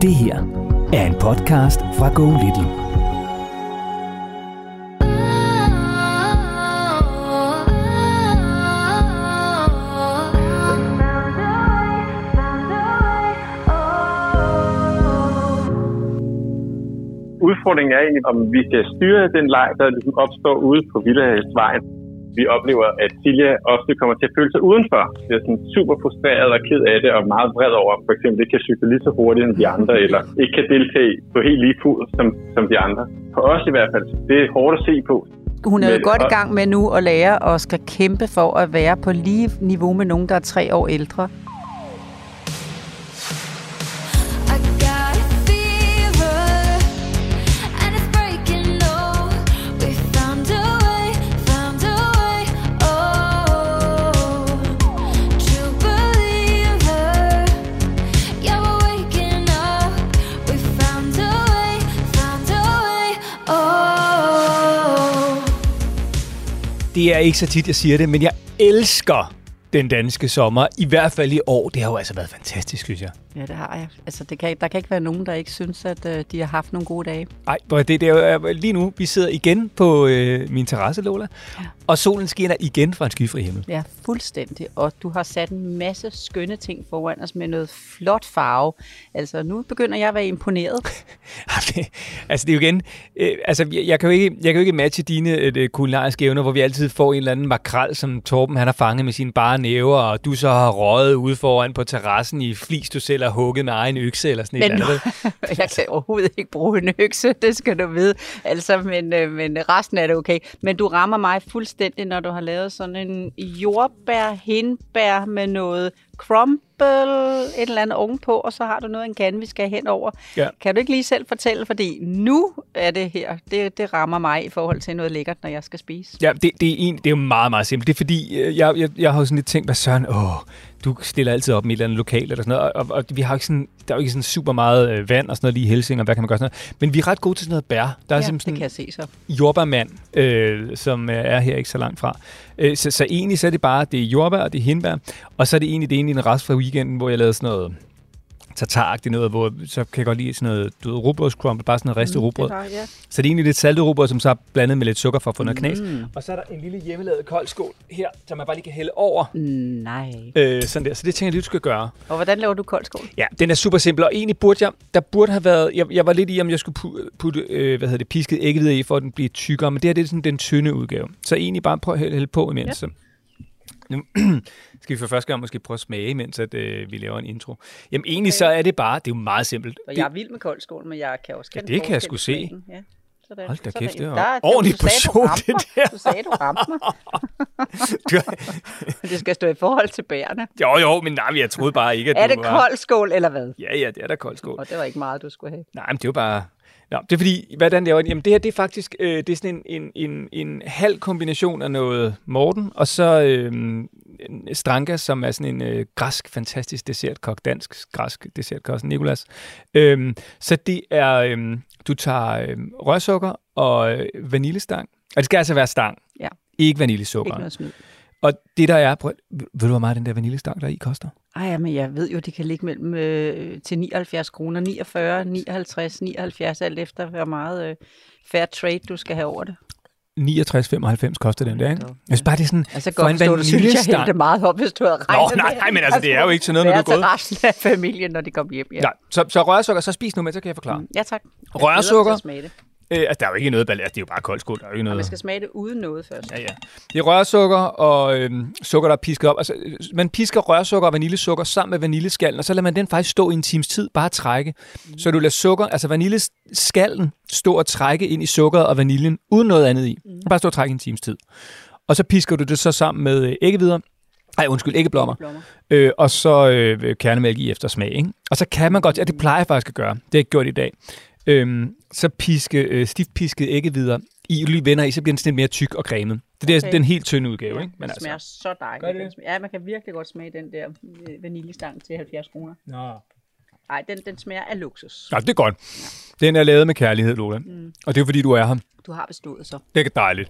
Det her er en podcast fra Go Little. Udfordringen er egentlig, om vi skal styre den leg, der ligesom opstår ude på Villahavsvejen. Vi oplever, at Silja ofte kommer til at føle sig udenfor. Det er sådan super frustreret og ked af det, og meget vred over, for eksempel ikke kan cykle lige så hurtigt end de andre, eller ikke kan deltage på helt lige fod som de andre. For os i hvert fald, det er hårdt at se på. Hun er jo godt i gang med nu at lære og skal kæmpe for at være på lige niveau med nogen, der er 3 år ældre. Det er ikke så tit, jeg siger det, men jeg elsker den danske sommer. I hvert fald i år. Det har jo altså været fantastisk, synes jeg. Ja, det har jeg. Altså, der kan ikke være nogen, der ikke synes, at de har haft nogle gode dage. Nej, det er jo lige nu. Vi sidder igen på min terrasse, Lola. Ja. Og solen skinner igen fra en skyfri himmel. Ja, fuldstændig. Og du har sat en masse skønne ting foran os med noget flot farve. Altså, nu begynder jeg at være imponeret. Altså, det er jo igen... jeg kan jo ikke matche dine kulinariske evner, hvor vi altid får en eller anden makrel, som Torben han har fanget med sine bare næver, og du så har røget ude foran på terrassen i flis, du selv har hugget med egen økse eller sådan et eller andet. Jeg kan overhovedet ikke bruge en økse, det skal du vide. Altså, men resten er det okay. Men du rammer mig fuldstændig, når du har lavet sådan en jordbær-hindbær med noget crumble, et eller andet ovenpå, og så har du noget af en kande, vi skal hen over. Ja. Kan du ikke lige selv fortælle, fordi nu er det her, det rammer mig i forhold til noget lækkert, når jeg skal spise. Ja, det er jo meget, meget simpelt. Det er fordi, jeg har jo sådan lidt tænkt, hvad søren, du stiller altid op med et eller andet lokal eller sådan noget, og vi har ikke sådan, der er jo ikke sådan super meget vand og sådan noget lige i Helsing, og hvad kan man gøre sådan noget. Men vi er ret gode til sådan noget bær. Der er det kan jeg se så. Jordbærmand, som er her ikke så langt fra. Så egentlig så er det bare, det er jordbær og det er hindbær, og så er det egentlig en rest fra weekenden, hvor jeg lavede sådan noget tartaragtigt noget, hvor så kan jeg godt lide sådan noget rugbrødscrumble, bare sådan noget ristet rugbrød. Ja. Så det er egentlig lidt saltet rugbrød, som så er blandet med lidt sukker for at få noget knas. Og så er der en lille hjemmelavet kold skål her, som man bare lige kan hælde over. Nej. Sådan der. Så det tænker jeg lige, du skal gøre. Og hvordan laver du kold skål? Ja, den er super simpel, og egentlig burde have været, jeg var lidt i, om jeg skulle putte pisket æggehvide i, for at den bliver tykkere, men det her det er sådan den tynde udgave. Så egentlig bare prøv at hælde på imens. Ja. Nu skal vi for første gang måske prøve at smage, mens vi laver en intro. Jamen egentlig så er det bare, det er jo meget simpelt. Og jeg er vild med kold skål, men jeg kan også kende det kan jeg sgu se. Ja. Sådan. Hold da kæft, det var ordentligt portion, det der. Du sagde, du ramte mig. Det skal stå i forhold til bærene. Jo, men nej, jeg troede bare ikke, at er det kold skål, eller hvad? Ja, det er da kold skål. Og det var ikke meget, du skulle have. Nej, men det var bare... Nå, det er fordi, hvordan laver det? Jamen det her, det er faktisk det er sådan en halv kombination af noget Morten, og så Stranka, som er sådan en græsk, fantastisk dessertkok, dansk-græsk dessertkok, Nikolas. Så det er, du tager rørsukker og vaniljestang, og det skal altså være stang, ikke vaniljesukker. Ikke noget smid. Og det der er, ved du hvor meget den der vaniljestang der i koster? Ej, men jeg ved jo, det kan ligge mellem til 79 kroner, 49, 59, 79, alt efter hvor meget fair trade du skal have over det. 69,95 koster den der, ikke? Jeg synes bare, det er sådan... Altså godt forstå, du synes, jeg hældte meget op, hvis du havde regnet nej, men altså, det er jo ikke sådan noget, når du er gået. Resten af familien, når de kommer hjem. Ja. Nej, så rørsukker, så spis nu med, så kan jeg forklare. Ja, tak. Rørsukker. Altså, der er jo ikke noget ballast, det er jo bare koldt skål. Der er jo ikke noget. Man skal smage det uden noget først. Ja. Det er rørsukker og sukker, der er pisket op. Altså, man pisker rørsukker og vaniljesukker sammen med vaniljeskallen, og så lader man den faktisk stå i en times tid, bare trække. Så du lader sukker, altså vaniljeskallen, stå og trække ind i sukkeret og vaniljen, uden noget andet i. Bare stå og trække i en times tid. Og så pisker du det så sammen med æggeblommer. Og så kernemælk i efter smag, ikke? Og så kan man godt, det plejer jeg faktisk at gøre. Det har jeg ikke gjort i dag. Så stift pisket æggehvider i olivevender i, så bliver den sådan lidt mere tyk og cremet. Det er den helt tynde udgave, ikke? Men det smager så dejligt. Ja, man kan virkelig godt smage den der vaniljestang til 70 kroner. Nå. Ej, den smager af luksus. Ja, det er godt. Den er lavet med kærlighed, Lola. Og det er fordi, du er her. Du har bestået så. Det er dejligt.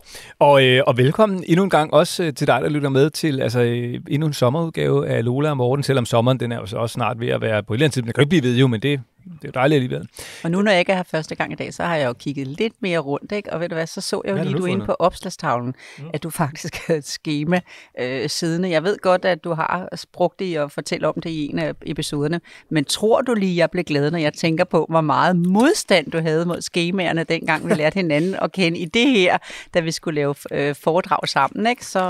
Og velkommen endnu en gang også til dig, der lytter med til endnu en sommerudgave af Lola og Morten, selvom sommeren den er jo så også snart ved at være på et eller andet tidspunkt. Det kan ikke blive ved jo, men det er jo dejligt alligevel. Og nu når jeg ikke er her første gang i dag, så har jeg jo kigget lidt mere rundt, ikke? Og ved du hvad, så jeg jo lige, du er inde på opslagstavlen, at du faktisk havde et skema siddende. Jeg ved godt, at du har brugt det og fortælle om det i en af episoderne, men tror du lige, jeg blev glad, når jeg tænker på, hvor meget modstand du havde mod skemaerne, dengang vi lærte hinanden at kende i det her, da vi skulle lave foredrag sammen, ikke? Så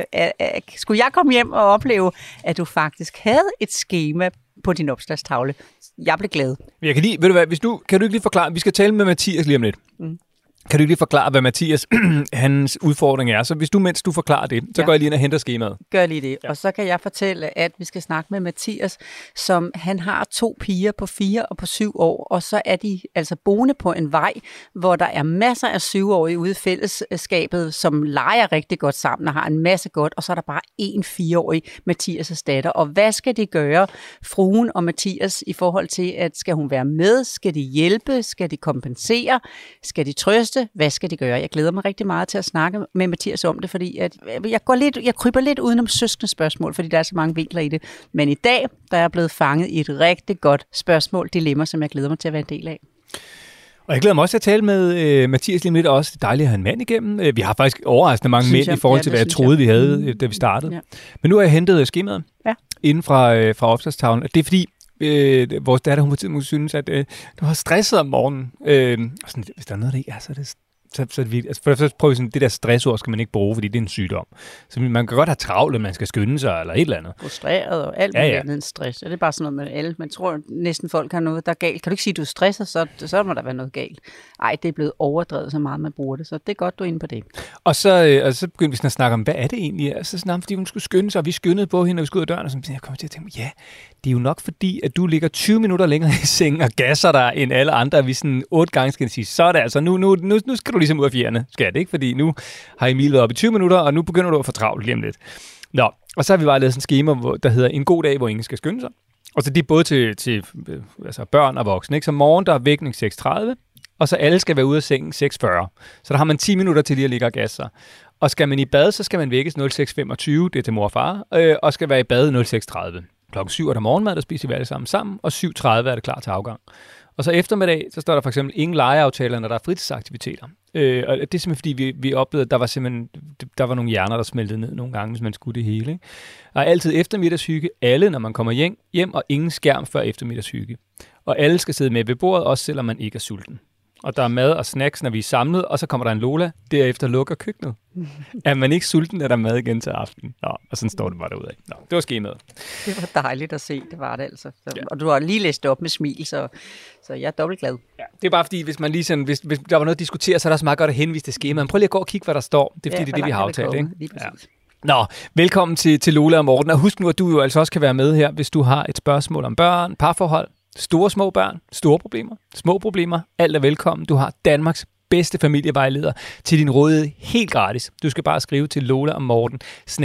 skulle jeg komme hjem og opleve, at du faktisk havde et skema på din opslagstavle. Jeg blev glad. Jeg kan lige, ved du hvad, kan du ikke lige forklare, vi skal tale med Mathias lige om lidt. Kan du ikke lige forklare, hvad Mathias, hans udfordring er? Så mens du forklarer det, så går jeg lige ind og henter skemaet. Gør lige det. Ja. Og så kan jeg fortælle, at vi skal snakke med Mathias, som han har 2 piger på 4 og på 7 år, og så er de altså boende på en vej, hvor der er masser af 7-årige ude i fællesskabet, som leger rigtig godt sammen og har en masse godt, og så er der bare 1 4-årig, Mathias' datter. Og hvad skal de gøre, fruen og Mathias, i forhold til, at skal hun være med? Skal de hjælpe? Skal de kompensere? Skal de trøste? Hvad skal de gøre? Jeg glæder mig rigtig meget til at snakke med Mathias om det, fordi at jeg kryber lidt udenom søskende spørgsmål, fordi der er så mange vinkler i det. Men i dag, der er jeg blevet fanget i et rigtig godt dilemma, som jeg glæder mig til at være en del af. Og jeg glæder mig også til at tale med Mathias lige lidt, og også det dejlige at have en mand igennem. Vi har faktisk overraskende mange mænd i forhold til, hvad jeg troede, vi havde, da vi startede. Ja. Men nu har jeg hentet skemaet inden fra opslagstavlen. Det er fordi, vores datter, hun synes, at du har stresset om morgenen. Sådan, hvis der er noget, der ikke er, så er det så er det virkelig, altså for det første prøver vi sådan, det der stressord skal man ikke bruge, fordi det er en sygdom. Så man kan godt have travlt, at man skal skynde sig, eller et eller andet. Frustreret og alt muligt andet end stress. Og det er bare sådan noget med alle. Man tror næsten folk har noget, der er galt. Kan du ikke sige, at du stresser, så må der være noget galt. Ej, det er blevet overdrevet så meget, man bruger det. Så det er godt, du er inde på det. Og så begyndte vi sådan at snakke om, hvad er det egentlig? Altså sådan, fordi hun skulle skynde sig, og vi skyndede på hende, og vi skulle ud af døren, og så jeg kom til at tænke, ja, det er jo nok fordi, at du ligger 20 minutter længere i sengen og gasser dig end alle andre. Vi sådan 8 gange skal sige, så er det altså, nu skal du ligesom ud af fjerne, skal det ikke? Fordi nu har Emil været op i 20 minutter, og nu begynder du at få travlt lige om lidt. Nå, og så har vi bare lavet sådan en schema, der hedder en god dag, hvor ingen skal skynde sig. Og så det er både til altså børn og voksne, ikke? Så morgen, der er vækning 6.30, og så alle skal være ude af sengen 6.40. Så der har man 10 minutter til lige at ligge og gasse sig. Og skal man i bad, så skal man vækkes 06.25, det er til mor og far, og skal være i bad 06.30. Klokken 7 er der morgenmad, der spiser vi alle sammen, og 7.30 er det klar til afgang. Og så eftermiddag, så står der for eksempel ingen legeaftaler, når der er fritidsaktiviteter. Og det er simpelthen fordi, vi oplevede, at der var nogle hjerner, der smeltede ned nogle gange, hvis man skulle det hele. Ikke? Og altid eftermiddagshygge, alle når man kommer hjem, og ingen skærm før eftermiddagshygge. Og alle skal sidde med ved bordet, også selvom man ikke er sulten. Og der er mad og snacks, når vi er samlet, og så kommer der en Lola, derefter lukker køkkenet. Er man ikke sulten, er der mad igen til aften. Nå, og sådan står det bare derudad. Nå, det var skemaet. Det var dejligt at se, det var det altså. Ja. Og du har lige læst op med smil, så jeg er dobbelt glad. Ja, det er bare fordi, hvis man lige sådan, hvis der var noget at diskutere, så er der så meget godt at henvise til skemaet. Prøv lige at gå og kigge, hvad der står. Det er fordi, det er det, vi har aftalt, ikke? Lige præcis. Ja. Nå, velkommen til Lola og Morten. Og husk nu, at du jo altså også kan være med her, hvis du har et spørgsmål om børn, parforhold, store små børn, store problemer, små problemer. Alt er velkommen. Du har Danmarks bedste familievejleder til din rådighed helt gratis. Du skal bare skrive til Lola og Morten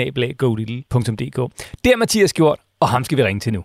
@golittle.dk. Det er Mathias gjort, og ham skal vi ringe til nu.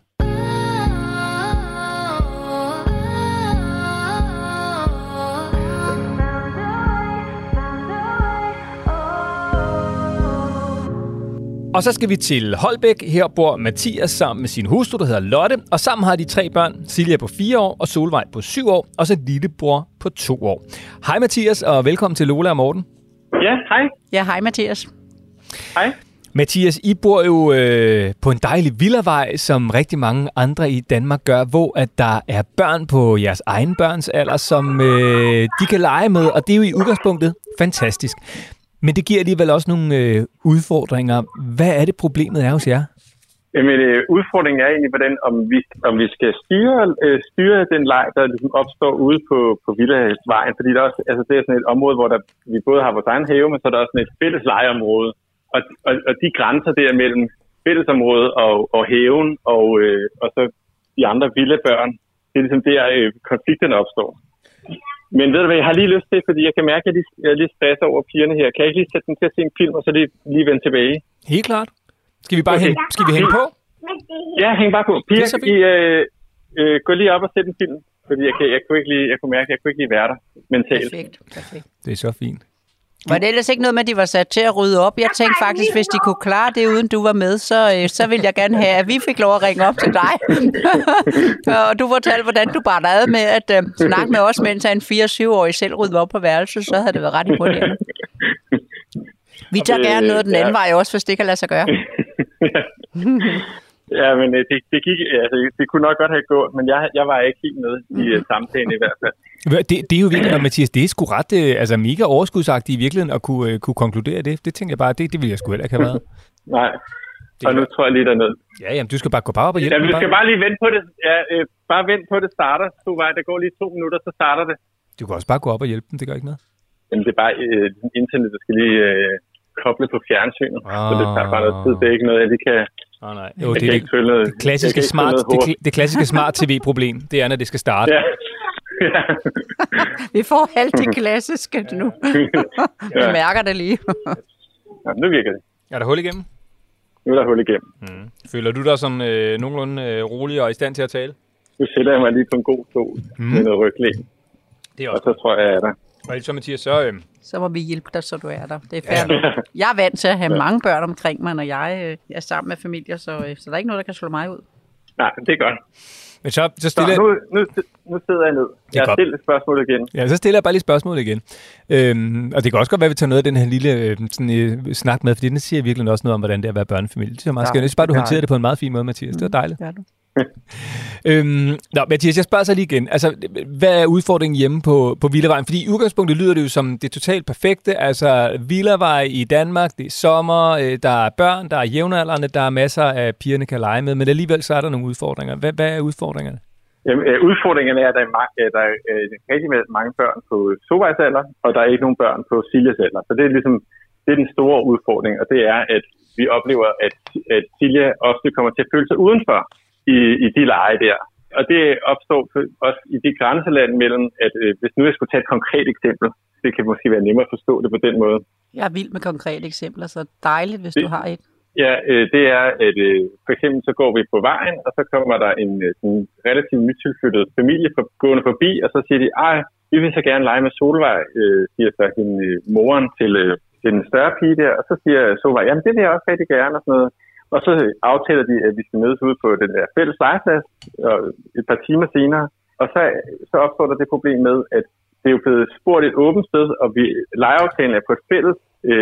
Og så skal vi til Holbæk. Her bor Mathias sammen med sin hustru, der hedder Lotte. Og sammen har de 3 børn. Silja på 4 år og Solvej på 7 år. Og så lillebror på 2 år. Hej Mathias, og velkommen til Lola og Morten. Ja, hej. Ja, hej Mathias. Hej. Mathias, I bor jo på en dejlig villavej, som rigtig mange andre i Danmark gør, hvor at der er børn på jeres egen børns alder, som de kan lege med. Og det er jo i udgangspunktet fantastisk. Men det giver alligevel også nogle udfordringer. Hvad er det, problemet er hos jer? Jamen, udfordringen er egentlig, om vi skal styre den leg, der ligesom opstår ude på Villahavsvejen. Fordi der også, altså det er sådan et område, hvor vi både har vores egen have, men så er der også sådan et fælles legeområde. Og de grænser der mellem fællesområdet og haven og så de andre villabørn, det er ligesom der, konflikterne opstår. Men ved du hvad, jeg har lige lyst til, fordi jeg kan mærke, at jeg er lidt stresset over pigerne her. Kan jeg ikke lige sætte dem til at se en film, og så lige vende tilbage? Helt klart. Skal vi hænge på? Ja, hæng bare på. Piger, gå lige op og sæt en film. Fordi jeg kunne mærke, at jeg kunne ikke lige være der mentalt. Perfekt. Det er så fint. Var det ellers ikke noget med, at de var sat til at rydde op? Jeg tænkte faktisk, hvis de kunne klare det, uden du var med, så ville jeg gerne have, at vi fik lov at ringe op til dig. Og du fortalte, hvordan du bare lavede med at snakke med os, mens en 4-7-årig selv ryddede op på værelset, så havde det været ret imponerende. Vi tager gerne noget den anden vej også, hvis det kan lade sig gøre. Ja, men det gik, altså det kunne nok godt have gået, men jeg var ikke helt med i samtalen i hvert fald. Det er jo virkelig, Mathias, det er sgu ret altså mega overskudsagtigt i virkeligheden at kunne konkludere det. Det tænker jeg bare, det ville jeg sgu heller ikke have været. Nej, og nu tror jeg lige dernede. Ja, jamen du skal bare gå bare op og hjælpe. Ja, du skal bare lige vente på det. Ja, bare vent på det starter. Der går lige 2 minutter, så starter det. Du kan også bare gå op og hjælpe dem, det gør ikke noget. Jamen det er bare internet, der skal lige koble på fjernsynet. Så det tager bare noget tid. Det er ikke noget, jeg lige kan... Nej. Jo, det er det klassiske smart TV-problem. Det er, når det skal starte. Ja. Vi får alt det klassiske nu. Jeg mærker det lige. Ja, nu virker det. Er der hul igennem? Nu er der hul igennem. Føler du dig som nogenlunde rolig og i stand til at tale? Nu sætter jeg mig lige på en god stol med noget ryglæn. Og så tror jeg er der. Og så Mathias, så må vi hjælpe dig, så du er der. Det er fair. Jeg er vant til at have mange børn omkring mig, når jeg er sammen med familier, så der er ikke noget, der kan slå mig ud. Nej, det er godt. Men så stiller... Nu sidder jeg ned. Jeg stiller spørgsmålet igen. Ja, så stiller jeg bare lige spørgsmålet igen. Og det kan også godt være, at vi tager noget af den her lille snak med, fordi den siger virkelig også noget om, hvordan det er at være børnefamilie. Det er meget skønt. Jeg synes bare, du håndterede det på en meget fin måde, Mathias. Det var dejligt. Ja, du. Mathias, jeg spørger så lige igen. Altså, hvad er udfordringen hjemme på Villavejen? Fordi i udgangspunktet lyder det jo som det totalt perfekte. Altså, Villavej i Danmark, det er sommer, der er børn, der er jævnaldrende, der er masser af pigerne kan lege med, men alligevel så er der nogle udfordringer. Hvad er udfordringerne? Jamen, udfordringerne er, at der er rigtig mange børn på Solvejs alder, og der er ikke nogen børn på Siljas alder. Så det er ligesom den store udfordring, og det er, at vi oplever, at Silja ofte kommer til at føle sig udenfor i de lege der. Og det opstår også i det grænseland mellem, at hvis nu jeg skulle tage et konkret eksempel, det kan måske være nemmere at forstå det på den måde. Jeg er vild med konkrete eksempler, så dejligt, hvis du har et. Ja, det er, at for eksempel så går vi på vejen, og så kommer der en relativt nytilflyttet familie gående forbi, og så siger de, vi vil så gerne lege med Solvej, siger så hende moren til den større pige der, og så siger Solvej, jamen det vil jeg også rigtig gerne, og sådan noget. Og så aftaler de, at vi skal mødes ude på den der fælles legeplads et par timer senere. Og så opstår der det problem med, at det er jo blevet spurgt et åbent sted, og legeaftalen er på et fælles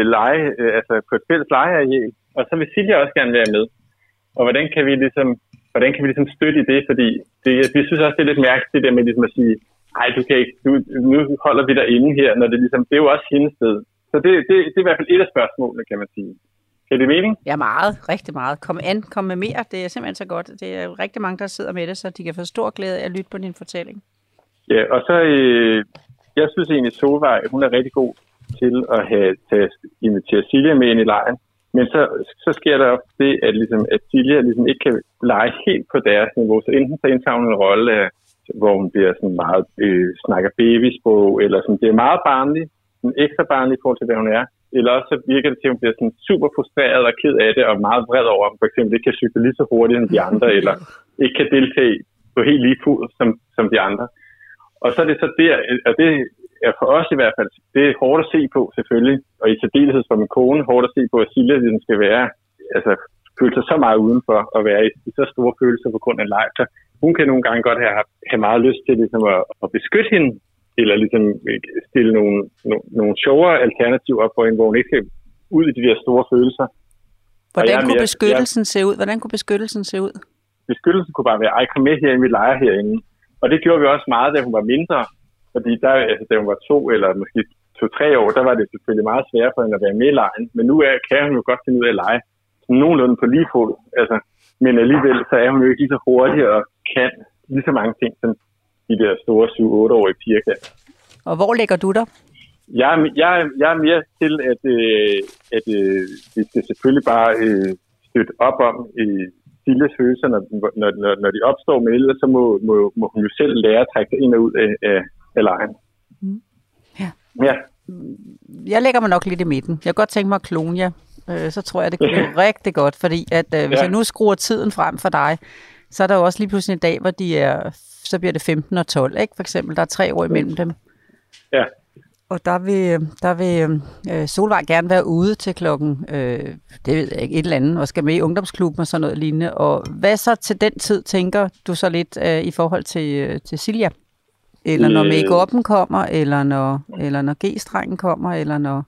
legeareal. Og så vil Silja også gerne være med. Og hvordan kan vi ligesom støtte i det? Fordi vi synes også, det er lidt mærkeligt, det der med ligesom at sige, nej, du kan ikke, nu holder vi dig inde her, når det ligesom, det er jo også hendes sted. Så det er i hvert fald et af spørgsmålene, kan man sige. Er det mening? Ja, meget. Rigtig meget. Kom med mere. Det er simpelthen så godt. Det er jo rigtig mange, der sidder med det, så de kan få stor glæde af at lytte på din fortælling. Ja, og så jeg synes egentlig, Solvej, hun er rigtig god til at invitere Silja med ind i legen. Men så sker der også det, at Silja ligesom ikke kan lege helt på deres niveau. Så enten så indtager hun en rolle, hvor hun bliver sådan meget, snakker babysprog, eller sådan, det er meget barnlig, sådan ekstra barnlig i forhold til, hvad hun er. Eller også så virker det til, at hun bliver sådan super frustreret og ked af det, og meget vred over, at for eksempel ikke kan cykle lige så hurtigt som de andre, eller ikke kan deltage på helt lige fod som de andre. Og så er det så der, og det er for os i hvert fald, det er hårdt at se på selvfølgelig, og i særdeleshed for min kone, hårdt at se på, at Silja skal være, altså føle sig så meget udenfor, og være i så store følelser på grund af en leg. Så hun kan nogle gange godt have meget lyst til ligesom at beskytte hende, eller ligesom stille nogle sjovere alternativer op for hende, hvor hun ikke skal ud i de der store følelser. Hvordan kunne beskyttelsen se ud? Hvordan kunne beskyttelsen se ud? Beskyttelsen kunne bare være, kom med herinde, vi leger herinde. Og det gjorde vi også meget, da hun var mindre. Fordi da hun var 2 eller måske 2-3 år, der var det selvfølgelig meget sværere for hende at være med i legen. Men nu kan hun jo godt finde ud af at lege nogenlunde på lige fod. Altså, men alligevel så er hun jo ikke lige så hurtig og kan lige så mange ting, som de der store 7-8-årige piger kan. Og hvor ligger du der? Jeg er mere til, at vi skal selvfølgelig bare støtte op om Siljas følelser, når de opstår, men ellers så må hun jo selv lære at trække sig ind og ud af legen. Ja. Jeg lægger mig nok lidt i midten. Jeg kan godt tænke mig at klone jer. Så tror jeg, det kunne blive rigtig godt, fordi at hvis jeg nu skruer tiden frem for dig Så er der jo også lige pludselig en dag, hvor så bliver det 15 og 12, ikke? For eksempel, der er 3 år imellem dem. Ja. Og der vil Solvej gerne være ude til klokken, det ved jeg ikke, et eller andet, og skal med i ungdomsklubben og sådan noget lignende. Og hvad så til den tid, tænker du så lidt i forhold til Silja? Eller når make-up'en kommer, eller når G-strengen kommer, eller når...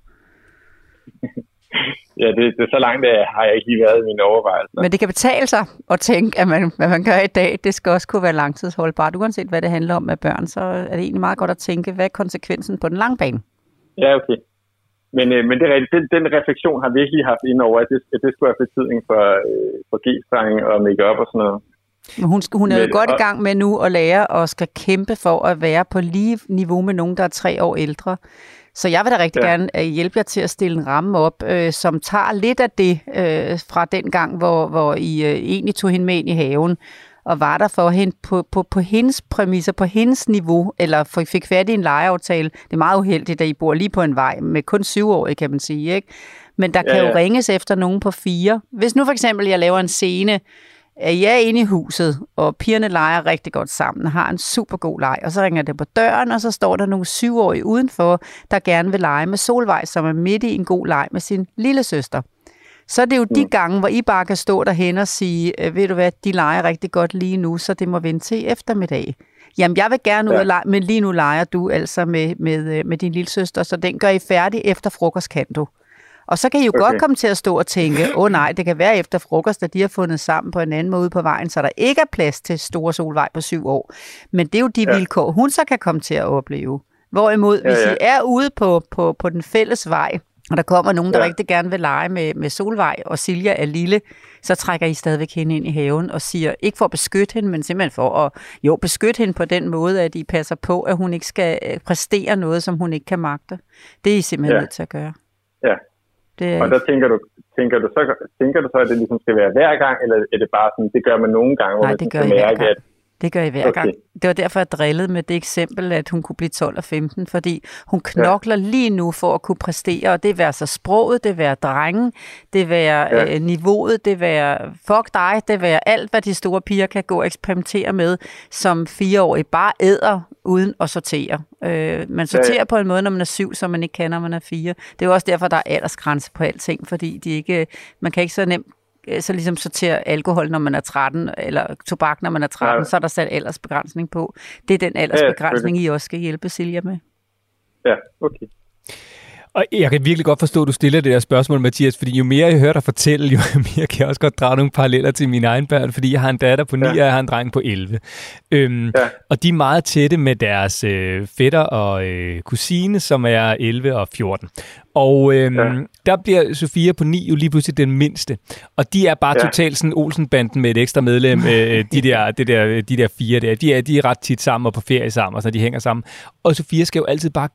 Ja, det er så langt, har jeg ikke lige været i mine overvejelser. Men det kan betale sig at tænke, at hvad man gør i dag, det skal også kunne være langtidsholdbart. Uanset hvad det handler om med børn, så er det egentlig meget godt at tænke, hvad er konsekvensen på den lange bane? Ja, okay. Men det er rigtigt. Den refleksion har virkelig haft indover, at det skulle have betydning for G-strengen og make-up og sådan noget. Men hun er jo godt i gang med nu at lære og skal kæmpe for at være på lige niveau med nogen, der er 3 år ældre. Så jeg vil da rigtig gerne hjælpe jer til at stille en ramme op, som tager lidt af det fra den gang, hvor I egentlig tog hende med ind i haven, og var der for hende på hendes præmisser, på hendes niveau, eller fik fat i en legeaftale. Det er meget uheldigt, at I bor lige på en vej med kun 7-årige, kan man sige, ikke? Men der kan jo ringes efter nogen på 4. Hvis nu for eksempel jeg laver en scene, at jeg er inde i huset, og pigerne leger rigtig godt sammen, har en super god leg, og så ringer det på døren, og så står der nogle 7-årige udenfor, der gerne vil lege med Solvej, som er midt i en god leg med sin lille søster. Så er det jo de gange, hvor I bare kan stå derhen og sige, ved du hvad, de leger rigtig godt lige nu, så det må vente til eftermiddag. Jamen, jeg vil gerne ud og lege, men lige nu leger du altså med din lille søster, så den gør I færdig efter frokost, kan du. Og så kan I jo godt komme til at stå og tænke, nej, det kan være efter frokost, at de har fundet sammen på en anden måde på vejen, så der ikke er plads til store Solvej på 7 år. Men det er jo de vilkår, hun så kan komme til at opleve. Hvorimod, hvis I er ude på den fælles vej, og der kommer nogen, der rigtig gerne vil lege med Solvej, og Silja er lille, så trækker I stadigvæk hende ind i haven og siger, ikke for at beskytte hende, men simpelthen for at beskytte hende på den måde, at I passer på, at hun ikke skal præstere noget, som hun ikke kan magte. Det er I simpelthen nødt til at gøre. Ja. Og der tænker du så, at det ligesom skal være hver gang, eller er det bare sådan, det gør man nogle gange, hvor man skal mærke, at det gør I hver gang. Det var derfor, jeg drillede med det eksempel, at hun kunne blive 12 og 15, fordi hun knokler lige nu for at kunne præstere, og det være så sproget, det være drengen, det være niveauet, det være fuck dig, det være alt, hvad de store piger kan gå og eksperimentere med, som 4-årige bare æder uden at sortere. Man sorterer på en måde, når man er 7, som man ikke kan, når man er 4. Det er jo også derfor, der er aldersgrænse på alting, fordi man kan ikke så nemt så ligesom sortere alkohol, når man er 13, eller tobak, når man er 13, så er der sat aldersbegrænsning på. Det er den aldersbegrænsning, I også skal hjælpe Silja med. Ja, okay. Og jeg kan virkelig godt forstå, at du stiller det der spørgsmål, Mathias, fordi jo mere jeg hører dig fortælle, jo mere kan jeg også godt drage nogle paralleller til mine egne børn, fordi jeg har en datter på 9, og jeg har en dreng på 11. Og de er meget tætte med deres fætter og kusine, som er 11 og 14. Og der bliver Sofia på 9 jo lige pludselig den mindste. Og de er bare totalt sådan Olsen-banden med et ekstra medlem, de der 4 der. De er ret tit sammen og på ferie sammen, og så de hænger sammen. Og Sofia skal jo altid bare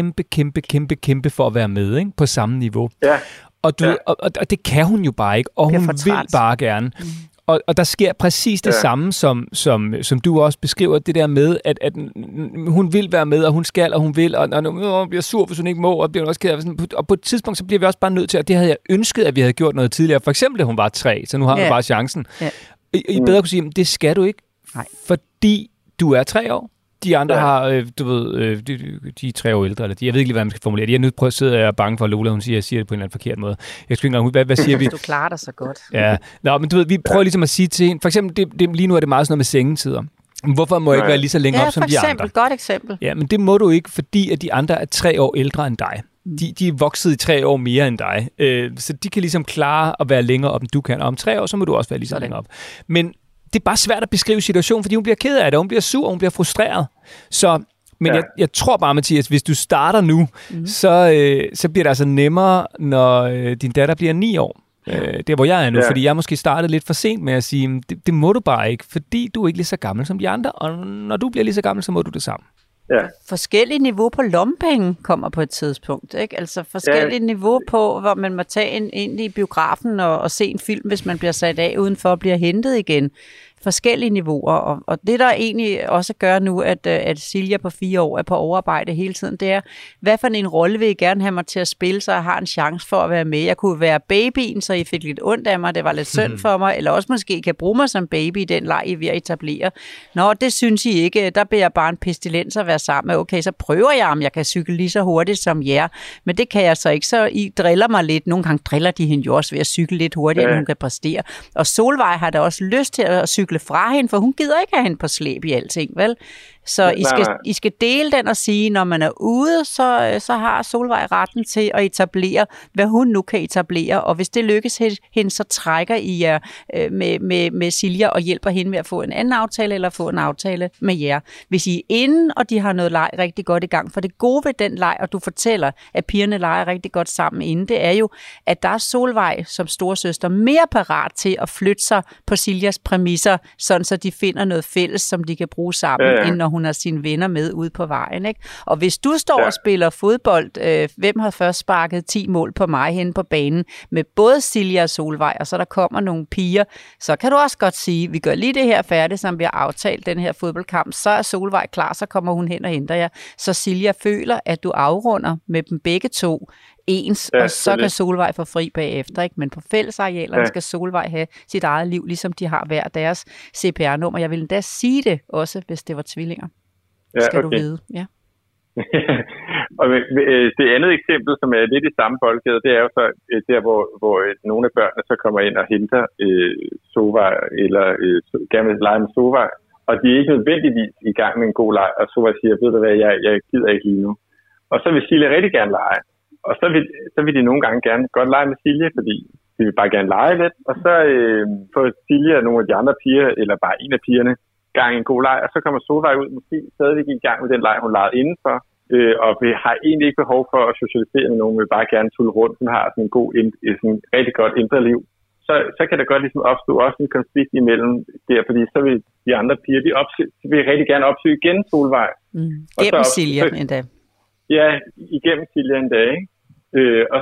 kæmpe for at være med, ikke? På samme niveau. Ja. Og det kan hun jo bare ikke, og hun vil bare gerne. Og der sker præcis det samme, som du også beskriver, det der med, at hun vil være med, og hun skal, og hun vil, og hun bliver sur, hvis hun ikke må, og bliver også ked af. Og på et tidspunkt, så bliver vi også bare nødt til, og det havde jeg ønsket, at vi havde gjort noget tidligere. For eksempel, da hun var 3, så nu har hun bare chancen. Ja. I bedre kunne sige, det skal du ikke, fordi du er 3 år. De andre har, de er 3 år ældre, eller jeg ved ikke lige, hvad man skal formulere det. Jeg er nødt til at sidde og er bange for, at Lola, hun siger det på en eller anden forkert måde. Jeg skal ikke engang, hvad siger vi? Du klarer dig så godt. Ja, men du ved, vi prøver ligesom at sige til hende, for eksempel, lige nu er det meget sådan noget med sengetider. Hvorfor må jeg ikke være lige så længe op som de andre? Godt eksempel. Ja, men det må du ikke, fordi at de andre er 3 år ældre end dig. De er vokset i 3 år mere end dig. Så de kan ligesom klare at være længere op, end du kan. Og om 3 år, så må du også være lige så længere op. Men det er bare svært at beskrive situationen, fordi hun bliver ked af det, hun bliver sur, hun bliver frustreret. Men jeg tror bare, Mathias, hvis du starter nu, så bliver det altså nemmere, når din datter bliver 9 år. Det er, hvor jeg er nu, fordi jeg måske startede lidt for sent med at sige, det må du bare ikke, fordi du er ikke lige så gammel som de andre, og når du bliver lige så gammel, så må du det samme. Ja. Forskellige niveau på lommepenge kommer på et tidspunkt, ikke? Altså forskellige niveau på, hvor man må tage ind i biografen og se en film, hvis man bliver sat af udenfor og bliver hentet igen. forskellige niveauer, og det der egentlig også gør nu, at Silja på 4 år er på overarbejde hele tiden, det er, hvad for en rolle vil I gerne have mig til at spille, så jeg har en chance for at være med. Jeg kunne være babyen, så I fik lidt ondt af mig, det var lidt synd for mig, eller også måske kan bruge mig som baby i den leg, I er ved at etablere. Nå, det synes I ikke, der beder jeg bare en pestilens at være sammen med. Okay, så prøver jeg, om jeg kan cykle lige så hurtigt som jer, men det kan jeg så ikke, så I driller mig lidt. Nogle gange driller de hende jo også ved at cykle lidt hurtigere, end hun kan præstere. Og Solvej har da også lyst til at cykle fra hende, for hun gider ikke have hende på slæb i alting, vel? Så I skal dele den og sige, når man er ude, så har Solvej retten til at etablere, hvad hun nu kan etablere, og hvis det lykkes hende, så trækker I jer med Silja og hjælper hende med at få en anden aftale, eller få en aftale med jer. Hvis I er inde, og de har noget leg rigtig godt i gang, for det gode ved den leg, og du fortæller, at pigerne leger rigtig godt sammen inde, det er jo, at der er Solvej som storesøster mere parat til at flytte sig på Siljas præmisser, sådan så de finder noget fælles, som de kan bruge sammen, end når hun har sine venner med ude på vejen. Ikke? Og hvis du står og spiller fodbold, hvem har først sparket 10 mål på mig henne på banen, med både Silja og Solvej, og så der kommer nogle piger, så kan du også godt sige, vi gør lige det her færdigt, som vi har aftalt, den her fodboldkamp, så er Solvej klar, så kommer hun hen og henter jer. Så Silja føler, at du afrunder med dem begge to ens, og så kan Solvej få fri bagefter. Ikke? Men på fællesarealerne skal Solvej have sit eget liv, ligesom de har hver deres CPR-nummer. Jeg vil endda sige det også, hvis det var tvillinger. Skal du vide. Ja. Og det andet eksempel, som er lidt i samme boldgade, det er jo så der, hvor nogle af børnene så kommer ind og henter Solvej, eller gerne vil lege med Solvej, og de er ikke nødvendigvis i gang med en god leg, og Solvej siger, ved du hvad, jeg gider ikke lige nu. Og så vil Silja rigtig gerne lege. Og så vil de nogle gange gerne godt lege med Silja, fordi de vil bare gerne lege lidt. Og så får Silja og nogle af de andre piger, eller bare en af pigerne, gang en god leg. Og så kommer Solvej ud måske stadigvæk i gang med den leg, hun legede indenfor. Og vi har egentlig ikke behov for at socialisere med nogen, vi vil bare gerne tulle rundt. Hun har sådan en god, sådan rigtig godt indre liv. Så kan der godt ligesom opstå også en konflikt imellem der, fordi så vil de andre piger, de vil rigtig gerne opsøge igen Solvej. Gennem Silja endda. Ja, igennem Silja en dag, ikke? Og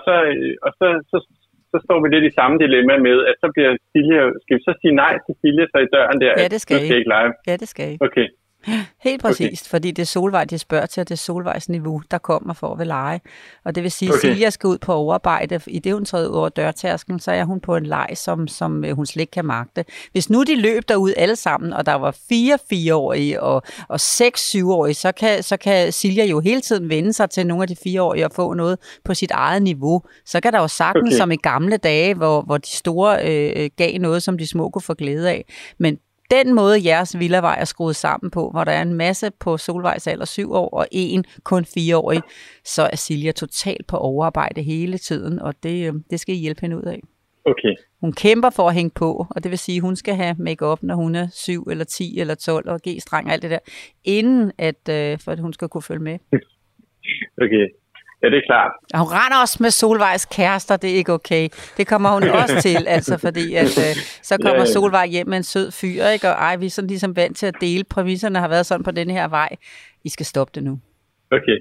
så står vi lidt i samme dilemma med, at så bliver Silja, skal vi så sige nej til Silja så i døren der? Ja, det skal I. Ikke live? Ja, det skal I. Okay. Helt præcist, fordi det er Solvej, de spørger til, at det er Solvejs niveau, der kommer for at vil lege. Og det vil sige, at Silja skal ud på overarbejde. I det, hun træder over dørtærsken, så er hun på en leg, som hun slet ikke kan magte. Hvis nu de løb derud alle sammen, og der var 4 4-årige og 6 7-årige, så kan Silja jo hele tiden vende sig til nogle af de 4-årige og få noget på sit eget niveau. Så kan der jo sagtens, som i gamle dage, hvor de store gav noget, som de små kunne få glæde af. Men den måde, jeres villavej er skruet sammen på, hvor der er en masse på Solvejs alder 7 år, og en kun 4-årig, så er Silja totalt på overarbejde hele tiden, og det skal I hjælpe hende ud af. Okay. Hun kæmper for at hænge på, og det vil sige, at hun skal have make-up, når hun er 7 eller 10 eller 12, og G-streng og alt det der, inden for at hun skal kunne følge med. Okay. Ja, det er klart. Og hun render også med Solvejs kærester, det er ikke okay. Det kommer hun også til, altså fordi at så kommer Solvej hjem med en sød fyr, ikke? Og vi er sådan ligesom vant til at dele. Præmisserne har været sådan på denne her vej. I skal stoppe det nu. Okay.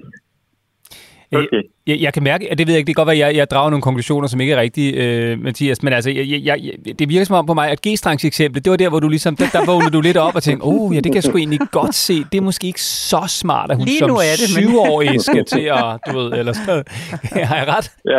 Jeg kan mærke, at det ved jeg ikke, det kan godt være, at jeg drager nogle konklusioner, som ikke er rigtige, Mathias, men altså, det virker som om på mig, at G-strengs eksempel, det var der, hvor du ligesom, der vågnede du lidt op og tænkte, ja, det kan jeg sgu egentlig godt se, det er måske ikke så smart, at hun som 7-årig skal til at, du ved, eller sådan noget. Har jeg ret? Ja,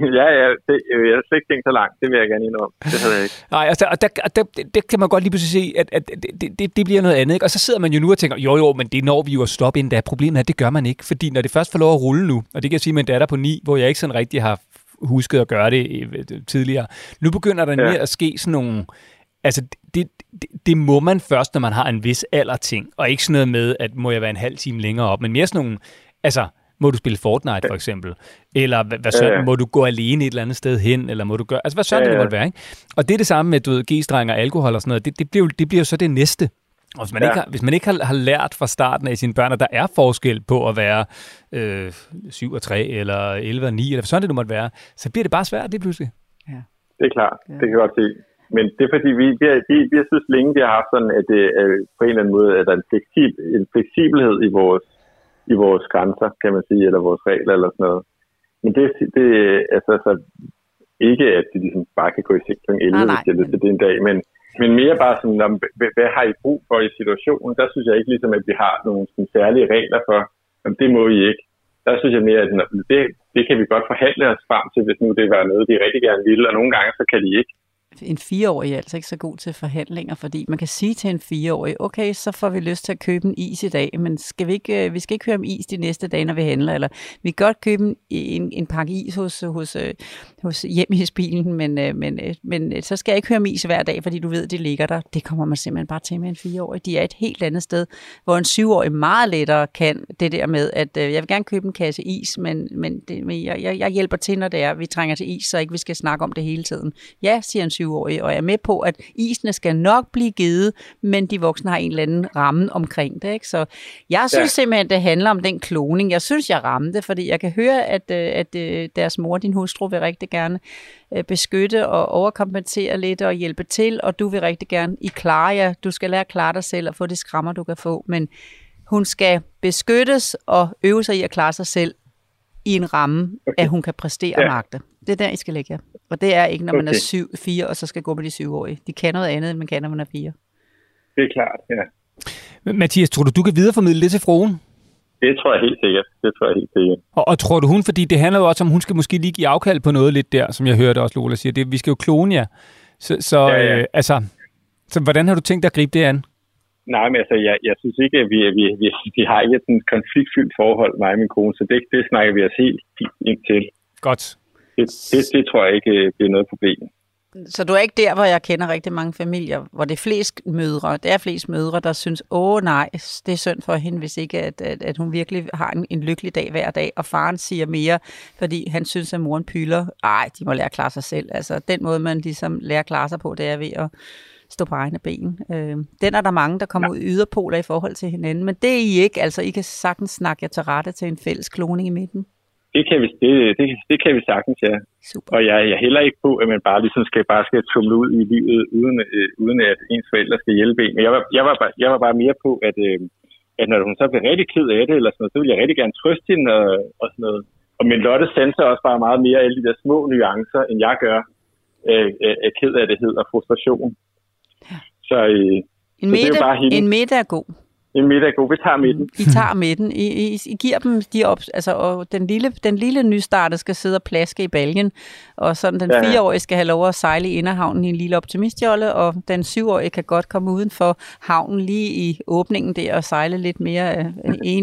jeg har slet ikke tænkt så langt, det vil jeg gerne indrømme, det havde jeg ikke. Nej, altså, og der kan man godt lige pludselig se, at det bliver noget andet, ikke? Og så sidder man jo nu og tænker, jo, men det når vi jo at stoppe inden da. Problemet er, at det gør man ikke, fordi når det først får lov at rulle nu, og det kan jeg sige med en datter på 9, hvor jeg ikke sådan rigtig har husket at gøre det tidligere. Nu begynder der mere at ske sådan nogle... Altså, det må man først, når man har en vis alder ting, og ikke sådan noget med, at må jeg være en halv time længere op, men mere sådan nogle... Altså, må du spille Fortnite for eksempel? Eller hvad sådan, må du gå alene et eller andet sted hen? Eller må du gøre... Altså, hvad sådan det måtte være, ikke? Og det er det samme med, du ved, G-streng og alkohol og sådan noget. Det bliver jo så det næste. Og hvis man ikke har lært fra starten af sine børn, at der er forskel på at være 7 og 3, eller 11 og 9, eller sådan det nu måtte være, så bliver det bare svært lige pludselig. Ja. Det er klart, det kan jeg godt se. Men det er fordi, vi har synes længe, vi har haft sådan, at det på en eller anden måde, at der er en fleksibelhed i vores grænser, kan man sige, eller vores regler, eller sådan noget. Men det altså ikke, at de ligesom bare kan gå i seng kl. 11, hvis jeg lyst til det en dag, men Men mere bare sådan, hvad har I brug for i situationen? Der synes jeg ikke ligesom, at vi har nogle sådan, særlige regler for, om det må I ikke. Der synes jeg mere, at det kan vi godt forhandle os frem til, hvis nu det var noget, de rigtig gerne ville, og nogle gange så kan de ikke. En 4-årig er altså ikke så god til forhandlinger, fordi man kan sige til en 4-årig, okay, så får vi lyst til at købe en is i dag, men vi skal ikke købe om is de næste dage, når vi handler, eller vi kan godt købe en pakke is hos hjemmehisbilen, men så skal jeg ikke høre om is hver dag, fordi du ved, de ligger der. Det kommer man simpelthen bare til med en 4-årig. De er et helt andet sted, hvor en 7-årig meget lettere kan det der med, at jeg vil gerne købe en kasse is, men jeg hjælper til, når det er, vi trænger til is, så ikke vi skal snakke om det hele tiden. Ja, siger en 7-årig, og jeg er med på, at isene skal nok blive givet, men de voksne har en eller anden ramme omkring det. Ikke? Så jeg synes simpelthen, det handler om den kloning. Jeg synes, jeg ramte, fordi jeg kan høre, at deres mor, din hustru, vil rigtig gerne beskytte og overkompensere lidt og hjælpe til, og du vil rigtig gerne klare jer. Du skal lære at klare dig selv og få de skrammer, du kan få, men hun skal beskyttes og øve sig i at klare sig selv i en ramme, at hun kan præstere og magte. Det er der, I skal lægge jer. Og det er ikke, når man er 4 og så skal gå med de 7-årige. De kan noget andet, end man kan, når man er 4. Det er klart, ja. Mathias, tror du kan videreformidle det til fruen? Det tror jeg helt sikkert. Og tror du hun, fordi det handler jo også om, hun skal måske lige give afkald på noget lidt der, som jeg hørte også Lola sige. Vi skal jo klone jer. Så hvordan har du tænkt dig at gribe det an? Nej, men altså, jeg synes ikke, at vi har ikke et konfliktfyldt forhold, mig og min kone, så det snakker vi os helt fint ind til. Godt. Det tror jeg ikke bliver noget problem. Så du er ikke der, hvor jeg kender rigtig mange familier, hvor det er flest mødre, der synes, nej, det er synd for hende, hvis ikke, at hun virkelig har en lykkelig dag hver dag, og faren siger mere, fordi han synes, at moren pylder. De må lære at klare sig selv. Altså, den måde, man ligesom lærer at klare sig på, det er ved at stå på egne ben. Den er der mange, der kommer ud i yderpoler i forhold til hinanden, men det er I ikke. Altså, I kan sagtens snakke jer til rette til en fælles kloning i midten. Det kan vi sagtens, ja. Super. Og jeg er heller ikke på, at man bare ligesom skal tumle ud i livet, uden at ens forældre skal hjælpe en. Men jeg var bare mere på, at når hun så bliver rigtig ked af det, eller sådan noget, så vil jeg rigtig gerne trøste hende og sådan noget. Og min Lotte sanser også bare meget mere alle de der små nuancer, end jeg gør af kedsomhed og frustration. Ja. Så en middag er god. En middag er god. Vi tager midten. I tager midten. I giver dem og den lille nystartede skal sidde og plaske i baljen, og sådan den 4-årige skal have lov at sejle i inderhavnen i en lille optimistjolle, og den 7-årige kan godt komme uden for havnen lige i åbningen der og sejle lidt mere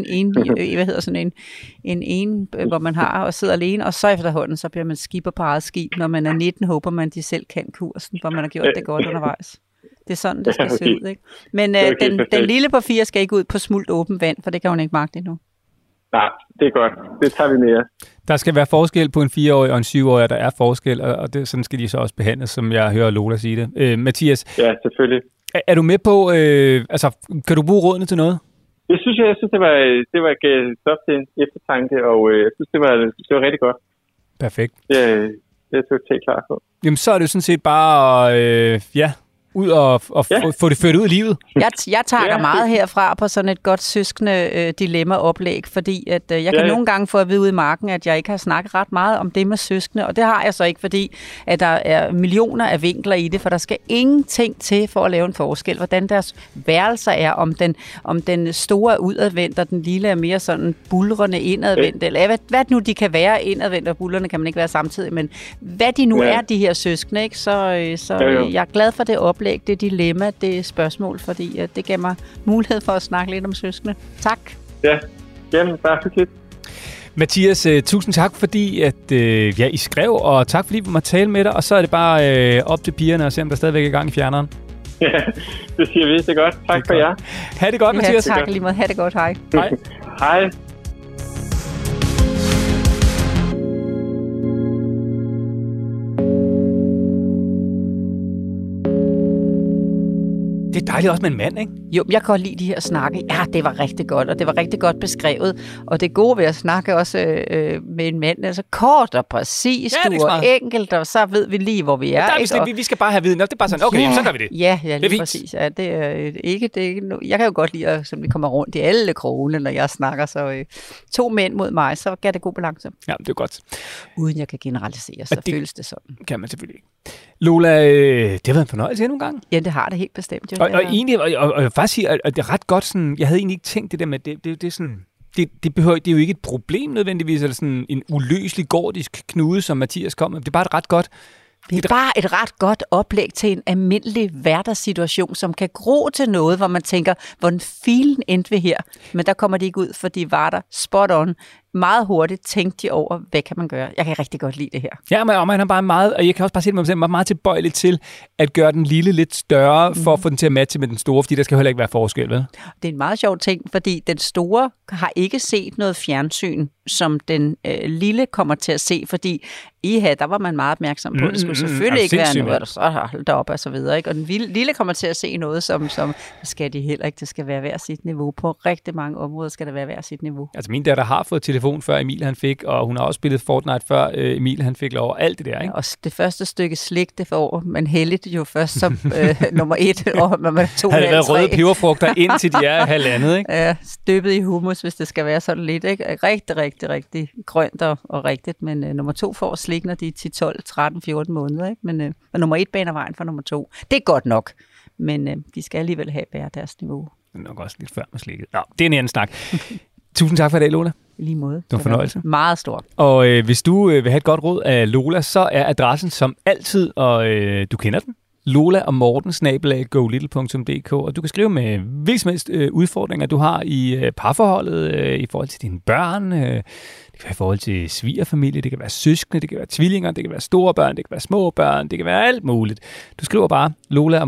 hvor man har og sidder alene, og så efterhånden så bliver man skipper på eget skib. Når man er 19, håber man, de selv kan kursen, for man har gjort det godt undervejs. Det er sådan, det skal se ud, ikke? Men den lille på 4 skal ikke ud på smult åbent vand, for det kan hun ikke magte endnu. Nej, det er godt. Det tager vi med. Der skal være forskel på en 4-årig og en 7-årig, der er forskel, og sådan skal de så også behandles, som jeg hører Lola sige det. Mathias? Ja, selvfølgelig. Er du med på, kan du bruge rådene til noget? Jeg synes, det var stof til en eftertanke, og jeg synes, det var rigtig godt. Perfekt. Det tog jeg klar på. Jamen, så er det jo sådan set bare, ud og få det ført ud i livet. Jeg takker meget herfra på sådan et godt søskende dilemma-oplæg, fordi at jeg kan nogle gange få at vide ude i marken, at jeg ikke har snakket ret meget om det med søskende, og det har jeg så ikke, fordi at der er millioner af vinkler i det, for der skal ingenting til for at lave en forskel. Hvordan deres værelser er, om den store er udadvendt, og den lille er mere sådan bulrende indadvendt, eller hvad nu de kan være indadvendt, og bulrende kan man ikke være samtidig, men hvad de nu er, de her søskende, ikke? Så jeg er glad for det oplæg, det dilemma, det spørgsmål, fordi det gav mig mulighed for at snakke lidt om søskende. Tak. Ja, jamen, bare hyggeligt. Mathias, tusind tak, fordi at, I skrev, og tak fordi vi måtte tale med dig, og så er det bare op til pigerne og se, om der stadigvæk er i gang i fjerneren. Ja, det siger vi. Det er godt. Tak for jer. Ha' det godt, Mathias. Tak lige måde. Ha' det godt. Hej. Hej. Hej. Det er dejligt også med en mand, ikke? Jo, jeg kan godt lide de her snakke. Ja, det var rigtig godt, og det var rigtig godt beskrevet. Og det gode ved at snakke også med en mand, altså kort og præcis, og enkelt, og så ved vi lige, hvor vi er. Vi skal bare have viden. Det er bare sådan, okay, så gør vi det. Ja, lige præcis. Ja, det er ikke jeg kan jo godt lide, at vi kommer rundt i alle krogene, når jeg snakker. Så 2 mænd mod mig, så gav det god balance. Ja, det er godt. Uden jeg kan generalisere, så føles det sådan. Kan man selvfølgelig ikke. Lola, det har været en fornøjelse endnu en gang. Ja, det har det helt bestemt. Jo. Og egentlig, og jeg faktisk sige, at det er ret godt sådan, jeg havde egentlig ikke tænkt det der med, det er sådan, det er jo ikke et problem nødvendigvis, eller sådan en uløselig gordisk knude, som Mathias kom med. Det er bare et ret godt... Det er bare et ret godt oplæg til en almindelig hverdagssituation, som kan gro til noget, hvor man tænker, hvordan filen endte vi her? Men der kommer de ikke ud, for de var der spot on. Meget hurtigt tænkte de over, hvad kan man gøre? Jeg kan rigtig godt lide det her. Ja, og man er bare meget, og jeg kan også bare se det med mig selv, man er meget tilbøjelig til at gøre den lille lidt større, for at få den til at matche med den store, fordi der skal heller ikke være forskel, vel? Det er en meget sjov ting, fordi den store har ikke set noget fjernsyn, som den lille kommer til at se, fordi der var man meget opmærksom på. Det skulle selvfølgelig ikke være noget, der så holdt op og så videre. Ikke? Og den lille kommer til at se noget, som skal de heller ikke. Det skal være hver sit niveau. På rigtig mange områder skal det være hver sit niveau. Altså min datter har fået telefon før Emil han fik, og hun har også spillet Fortnite før Emil han fik lov, alt det der, ikke? Ja, og det første stykke slik, det får man heldigt jo først som nummer 1, og man 2, havde det været røde peberfrugter indtil de er halvandet, ikke? Ja, støbet i hummus, hvis det skal være sådan lidt, ikke? Rigtig grønt og rigtigt, men nummer 2 får slik, når de er 10, 12, 13, 14 måneder, ikke? Men nummer 1 baner vejen for nummer 2. Det er godt nok, men de skal alligevel have hver deres niveau. Det er nok også lidt før med slikket. Nå, det er en anden snak. Tusind tak for i dag, Lola. I lige måde. Det var en fornøjelse. Meget stor. Og hvis du vil have et godt råd af Lola, så er adressen som altid, og du kender den, Lola og Morten@golittle.dk, og du kan skrive med hvilke som helst udfordringer, du har i parforholdet, i forhold til dine børn, det kan være i forhold til svigerfamilie, det kan være søskende, det kan være tvillinger, det kan være store børn, det kan være små børn, det kan være alt muligt. Du skriver bare Lola og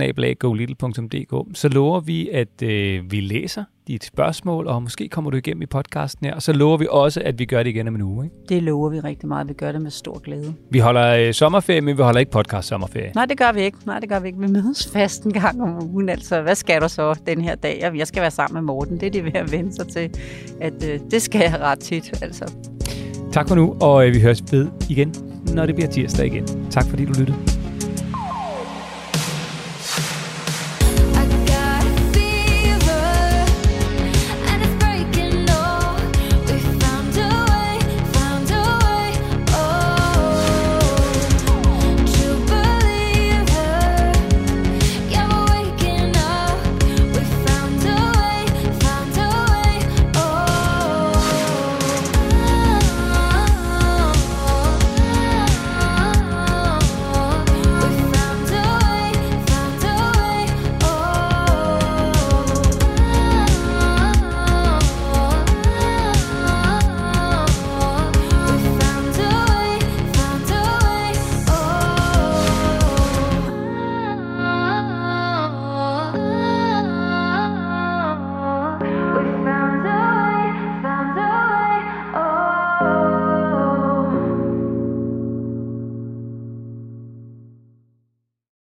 Morten@golittle.dk, så lover vi, at vi læser dit spørgsmål, og måske kommer du igennem i podcasten her, og så lover vi også, at vi gør det igen om en uge. Ikke? Det lover vi rigtig meget. Vi gør det med stor glæde. Vi holder sommerferie, men vi holder ikke podcast sommerferie. Nej, det gør vi ikke. Vi mødes fast en gang om ugen. Altså, hvad skal du så den her dag? Jeg skal være sammen med Morten. Det er de ved at vende sig til, at det skal jeg ret tit. Altså. Tak for nu, og vi høres ved igen, når det bliver tirsdag igen. Tak fordi du lyttede.